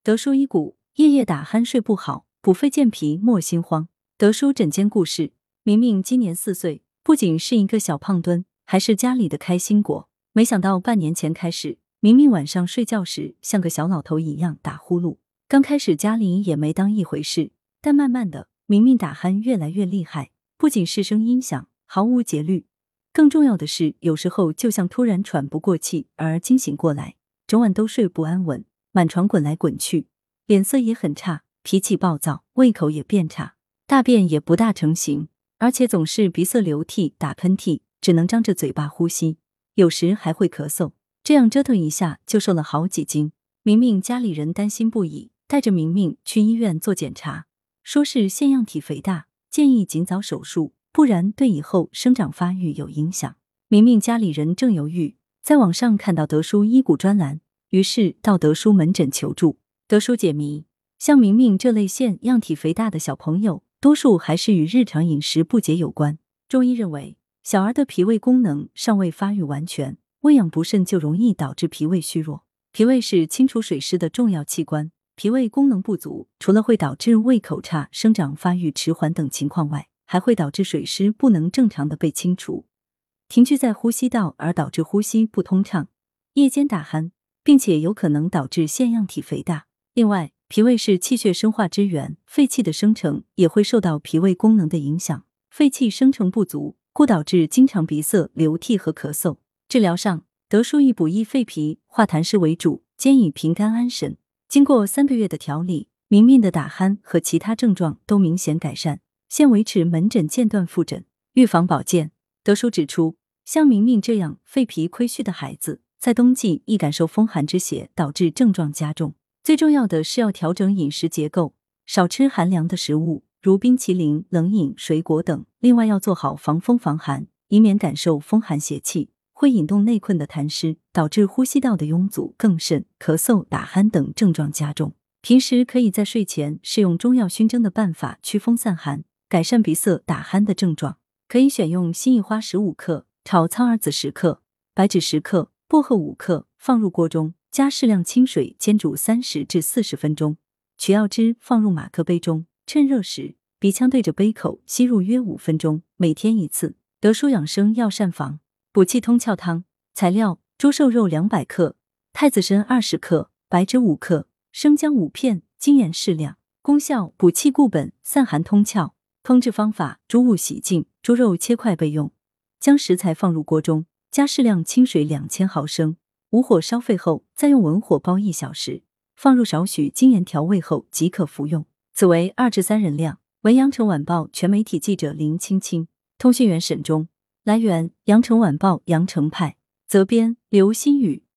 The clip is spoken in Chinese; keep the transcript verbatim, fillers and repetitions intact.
德叔医骨，夜夜打鼾睡不好，补肺健脾莫心慌。德叔诊间故事：明明今年四岁，不仅是一个小胖墩，还是家里的开心果。没想到半年前开始，明明晚上睡觉时像个小老头一样打呼噜。刚开始家里也没当一回事，但慢慢的，明明打鼾越来越厉害，不仅是声音响，毫无节律，更重要的是，有时候就像突然喘不过气而惊醒过来，整晚都睡不安稳，满床滚来滚去，脸色也很差，脾气暴躁，胃口也变差，大便也不大成形，而且总是鼻塞流涕、打喷嚏，只能张着嘴巴呼吸，有时还会咳嗽，这样折腾一下就瘦了好几斤。明明家里人担心不已，带着明明去医院做检查，说是腺样体肥大，建议尽早手术，不然对以后生长发育有影响。明明家里人正犹豫，在网上看到德叔医骨专栏，于是到德叔门诊求助。德叔解谜，像明明这类腺样体肥大的小朋友，多数还是与日常饮食不节有关。中医认为，小儿的脾胃功能尚未发育完全，喂养不慎就容易导致脾胃虚弱。脾胃是清除水湿的重要器官，脾胃功能不足，除了会导致胃口差、生长发育迟缓等情况外，还会导致水湿不能正常的被清除，停聚在呼吸道而导致呼吸不通畅，夜间打鼾，并且有可能导致腺样体肥大。另外，脾胃是气血生化之源，肺气的生成也会受到脾胃功能的影响，肺气生成不足，故导致经常鼻塞、流涕和咳嗽。治疗上，德叔以补益肺脾、化痰湿为主，兼以平肝安神。经过三个月的调理，明明的打鼾和其他症状都明显改善，现维持门诊间断复诊。预防保健，德叔指出，像明明这样肺脾亏虚的孩子，在冬季易感受风寒之邪，导致症状加重。最重要的是要调整饮食结构，少吃寒凉的食物，如冰淇淋、冷饮、水果等。另外要做好防风防寒，以免感受风寒邪气，会引动内困的痰湿，导致呼吸道的拥阻更甚，咳嗽、打鼾等症状加重。平时可以在睡前试用中药熏蒸的办法驱风散寒，改善鼻塞、打鼾的症状。可以选用辛夷花十五克、炒苍耳子十克、白芷十克、薄荷五克，放入锅中，加适量清水煎煮三十至四十分钟，取药汁放入马克杯中，趁热时鼻腔对着杯口吸入约五分钟，每天一次。德叔养生药膳房补气通窍汤，材料：猪瘦肉两百克、太子参二十克、白芷五克、生姜五片、精盐适量。功效：补气固本、散寒通窍。烹制方法：猪物洗净，猪肉切块备用。将食材放入锅中，加适量清水两千毫升，无火烧沸后，再用文火煲一小时，放入少许精盐调味后即可服用。此为二至三人量。文阳城晚报全媒体记者林青青，通讯员沈忠。来源：阳城晚报阳城派，责编：刘新宇。